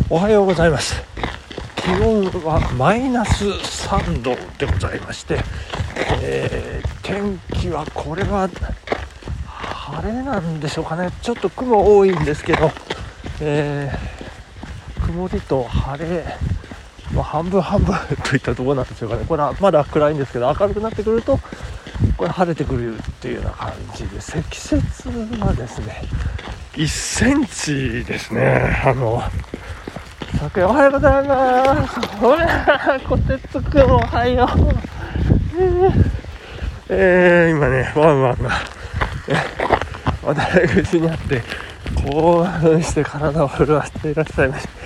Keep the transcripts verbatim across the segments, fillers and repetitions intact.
おはようございます。気温はマイナスさんどでございまして、えー、天気はこれは晴れなんでしょうかね。ちょっと雲多いんですけど、えー、曇りと晴れ、まあ、半分半分といったところなんでしょうかね。これはまだ暗いんですけど、明るくなってくるとこれ晴れてくるっていうような感じで、積雪はですねいっセンチですね。あの昨夜おはようございます。ほらこてつくんおはよう、えーえー、今ねワンワンが渡り口にあって興奮して体を震わせていらっしゃいました。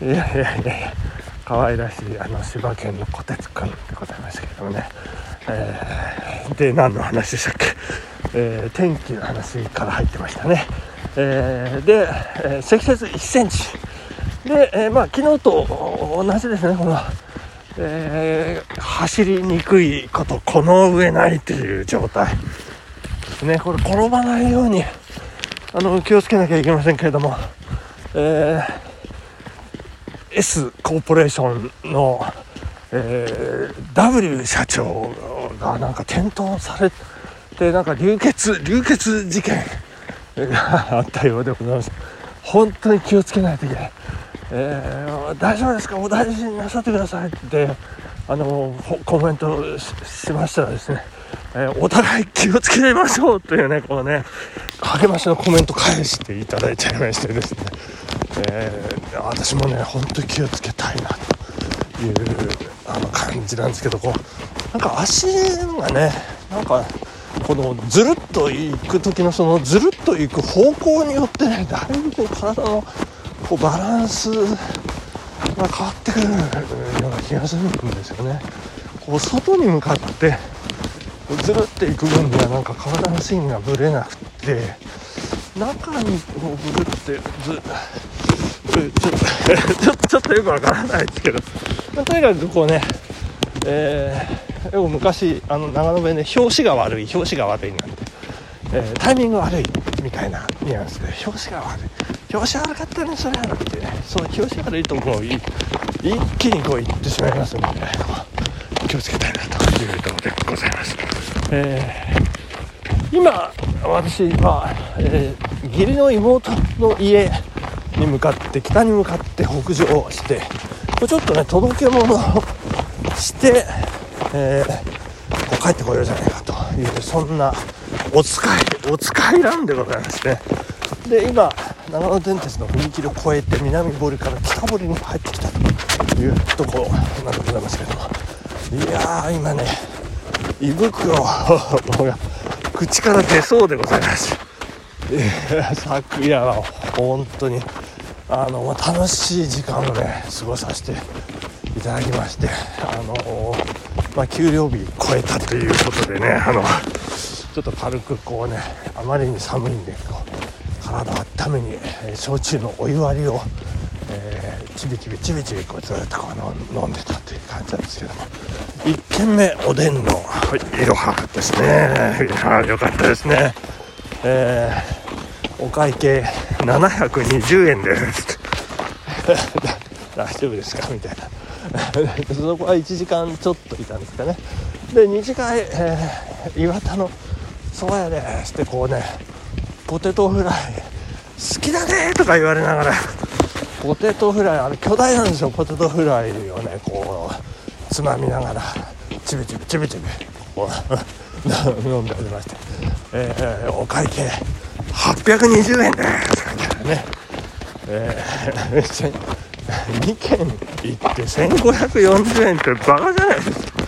いやいやいやいや、可愛らしいあの柴犬のこてつくんでございましたけどもね、えー、で何の話でしたっけ、えー、天気の話から入ってましたね。えー、で、えー、積雪いっセンチで、えーまあ、昨日と同じですね。この、えー、走りにくいことこの上ないという状態ですね。これ転ばないようにあの気をつけなきゃいけませんけれども、えー、S コーポレーションの、えー、W 社長がなんか転倒されて、なんか流血流血事件があったようでございます。本当に気をつけないといけない。えー、大丈夫ですか、お大事になさってくださいってあのコメント し, しましたらですね、えー、お互い気をつけましょうというね、このね励ましのコメント返していただいちゃいましてですね、えー、私もね本当に気をつけたいなというあの感じなんですけど、こうなんか足がね、なんかこのずるっといく時のそのずるっといく方向によってね、だいぶこう体のこうバランスが変わってくるような気がするんですよね。こう外に向かってずるっていく分にはなんか体の芯がぶれなくて、中にこうぶるってずちょっとちょっとよくわからないですけど、まあ、とにかくこうね、えー、よく昔あの長野弁で表紙が悪い表紙が悪いなんて、えー、タイミング悪いみたいなニュアンスで表紙が悪い表紙悪かったねそれはなんてね、そう表紙悪いともう一気にこういってしまいますので、ね、気をつけたいなというところでございます。えー、今私は、えー、義理の妹の家に向かって北に向かって北上して、これちょっとね届け物をして、えー、こう帰ってこようじゃないかという、そんなお使いお使いなんでございますね。で今長野電鉄の踏切を越えて南堀から北堀に入ってきたというところなんでございますけれども、いやー今ね胃袋が口から出そうでございます。昨夜は本当にあの楽しい時間をね過ごさせていただきまして、あのーまあ、給料日超えたということでね、あのちょっと軽くこうね、あまりに寒いんでこう体を温めに、えー、焼酎のお湯割りを、えー、ちびちびちびちびこうずっとこう飲んでたという感じなんですけども、いっけんめおでんの、はい、いろはですね。いやよかったですね。えー、お会計ななひゃくにじゅうえんです大丈夫ですかみたいなそこはいちじかんちょっといたんですかね。でに次会、えー、岩田の蕎麦屋ですってこうね、ポテトフライ好きだねとか言われながら、ポテトフライあれ巨大なんですよ。ポテトフライをねこうつまみながらちびちびちびちびこう飲んでおりまして、えー、お会計はっぴゃくにじゅうえんですみたいなね、えー、にけん行ってせんごひゃくよんじゅうえんってバカじゃないですか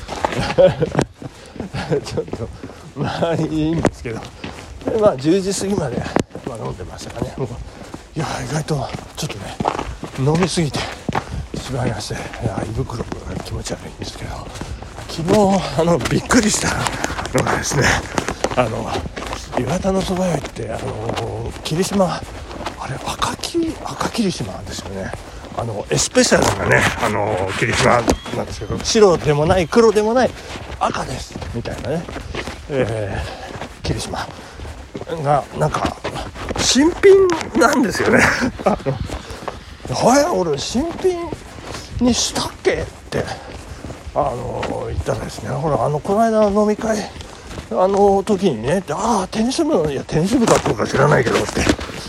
ちょっとまあいいんですけど、でまあじゅうじ過ぎまで、まあ、飲んでましたかね。もういや意外とちょっとね飲みすぎてしまいまして、いや胃袋が気持ち悪いんですけど、昨日あのびっくりしたのがですね、あの岩田の蕎麦屋行ってあの霧島あれ赤き赤霧島なんですよね。あのエスペシャルなねあの霧島なんですけど、白でもない黒でもない赤ですみたいなね、えー、霧島がなんか新品なんですよねあのはい俺新品にしたっけってあの言ったらですね、ほらあのこの間飲み会あの時にね、ああテニス部、いやテニス部かどうか知らないけどって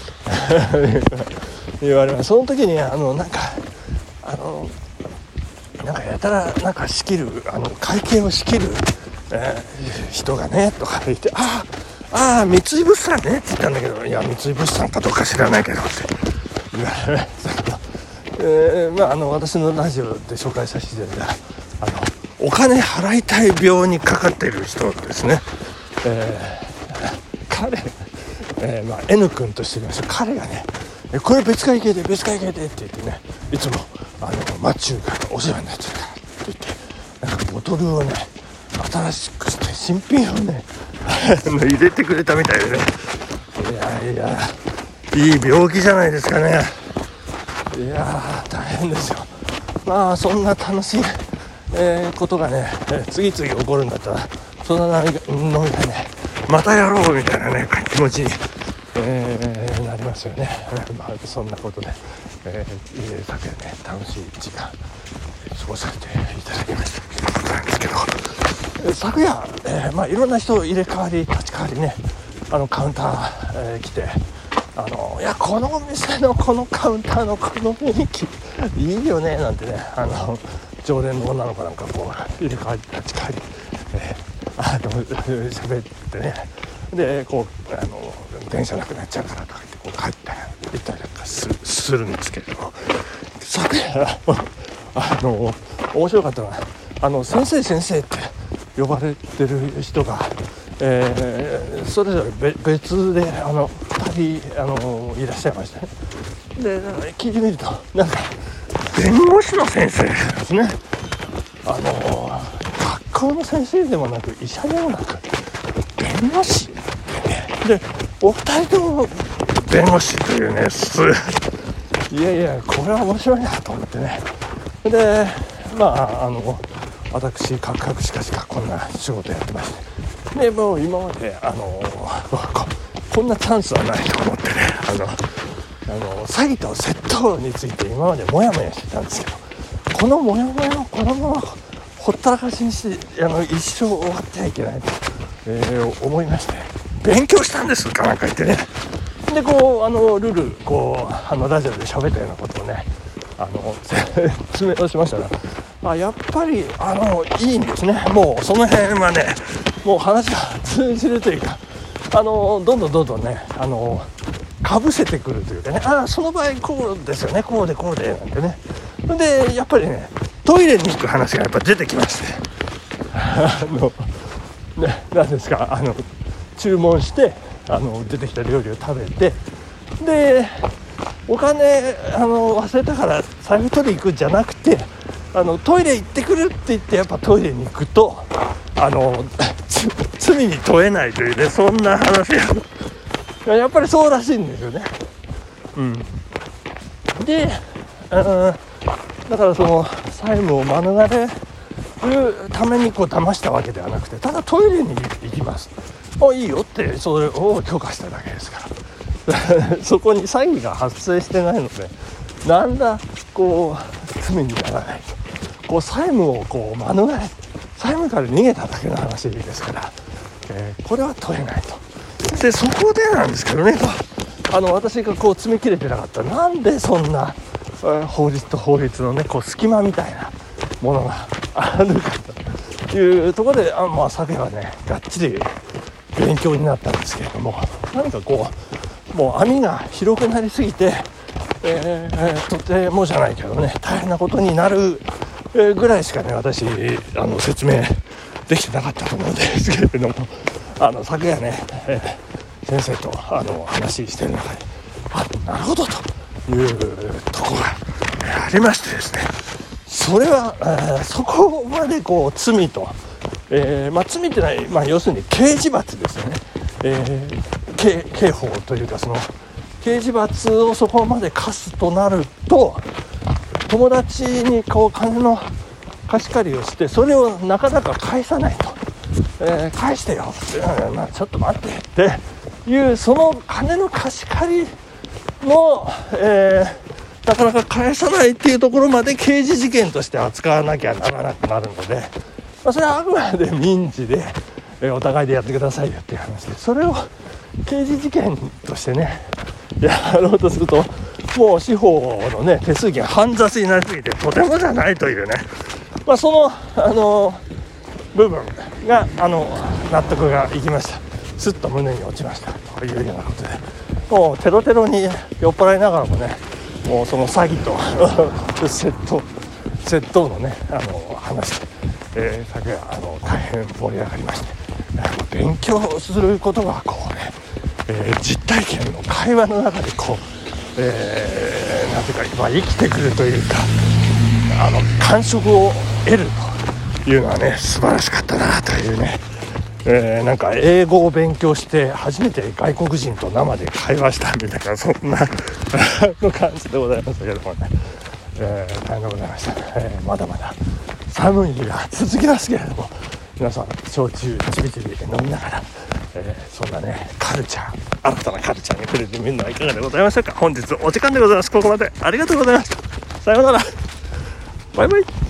言われます。その時にあのなんかあのなんかやたらなんか仕切るあの会計を仕切る、えー、人がねとか言って、ああああ三井物産ねって言ったんだけど、いや三井物産かどうか知らないけどって言われましたけど、えー、まああの私のラジオで紹介させていただいたあのお金払いたい病にかかっている人ですね、えー、彼、えーまあ、N 君としてみましょう。彼がねこれ別会計で別会計でって言ってね、いつもあのマッチューがお世話になってるからって言ってなんかボトルをね新しくして新品をね入れてくれたみたいでね、いやいやいい病気じゃないですかね。いや大変ですよ。まあそんな楽しい、えー、ことがね、えー、次々起こるんだったらそんな飲み会ねまたやろうみたいなね気持ちに、えー、なりますよね。まあそんなことで、えー、昨夜ね楽しい時間過ごさせていただきましたなんですけど、昨夜、えー、まあいろんな人入れ替わり立ち替わりねあのカウンター、えー、来てあのいやこのお店のこのカウンターのこの雰囲気いいよねなんてねあの常連の女の子なんかこう入れ替わり立ち替わり、えー、あの喋ってねでこうあの電車なくなっちゃうからとか言ってこう帰って行ったりなんか す, するんですけれども、昨夜あの面白かったのはあの先生先生って呼ばれてる人が、えー、それぞれ別であのふたりあのいらっしゃいましたね。で聞いてみるとなんか弁護士の先生ですね。あの学校の先生でもなく医者でもなく弁護士でお二人とも弁護士というねいやいやこれは面白いなと思ってね。でまああの私カクカクしかしかこんな仕事やってまして、でもう今まであの こ, こんなチャンスはないと思ってねあのあの詐欺と窃盗について今までモヤモヤしてたんですけど、このモヤモヤをこのままほったらかしにしてあの一生終わってはいけないと、えー、思いまして勉強したんですかなんか言ってね、でこうあのルールこうあのラジオで喋ったようなことをねあの説明をしましたら、あやっぱりあのいいんですね。もうその辺はねもう話が通じるというかあのどんどんどんどんねあのかぶせてくるというかね、あその場合こうですよねこうでこうでなんてね。でやっぱりねトイレに行く話がやっぱ出てきましてあのね何ですかあの注文してあの出てきた料理を食べてでお金あの忘れたから財布取り行くんじゃなくてあのトイレ行ってくるって言ってやっぱトイレに行くとあの罪に問えないというねそんな話がやっぱりそうらしいんですよね。うん、であだからその債務を免れるためにこう騙したわけではなくてただトイレに行きますあいいよってそれを許可しただけですからそこに詐欺が発生してないのでなんだこう罪にならないとこう債務をこう免れ債務から逃げただけの話ですから、えー、これは問えないと。でそこでなんですけどねあの私がこう詰め切れてなかったなんでそんな、えー、法律と法律のねこう隙間みたいなものがあるかというところであまあ昨夜はねがっちり勉強になったんですけれども、何かこうもう網が広くなりすぎて、えー、とてもじゃないけどね大変なことになるぐらいしかね私あの説明できてなかったと思うんですけれども、あの昨夜ね、えー、先生とあの話してる中であなるほどというところがありましてですね、それは、えー、そこまでこう罪と、えーまあ、罪ってのは、まあ、要するに刑事罰ですよね、えー、刑, 刑法というかその刑事罰をそこまで課すとなると友達にこう金の貸し借りをしてそれをなかなか返さないと、えー、返してよって、まあ、ちょっと待ってっていうその金の貸し借りの、えー、 なかなか返さないっていうところまで刑事事件として扱わなきゃならなくなるので、まあ、それはあくまで民事で、えー、お互いでやってくださいよっていう話で、それを刑事事件としてねやろうとすると、もう司法のね手続きが煩雑になりすぎてとてもじゃないというね、まあ、その、あの部分があの納得がいきました。すっと胸に落ちましたというようなことで、もうテロテロに酔っ払いながらもね、もうその詐欺と窃盗窃盗のねあの話で、えー、昨夜あの大変盛り上がりまして、勉強することがこうね、えー、実体験の会話の中でこう、えー、なんていうか、まあ、生きてくるというか、あの感触を得るというのはね素晴らしかったなというね、えー、なんか英語を勉強して初めて外国人と生で会話したみたいな、そんなの感じでございましたけどもね、えー、大変でございました、えー、まだまだ寒い日が続きますけれども、皆さん焼酎ちびちび飲みながら、えー、そんなねカルチャー、新たなカルチャーに触れてみるのはいかがでございましょうか。本日お時間でございます。ここまでありがとうございました。さようなら、バイバイ。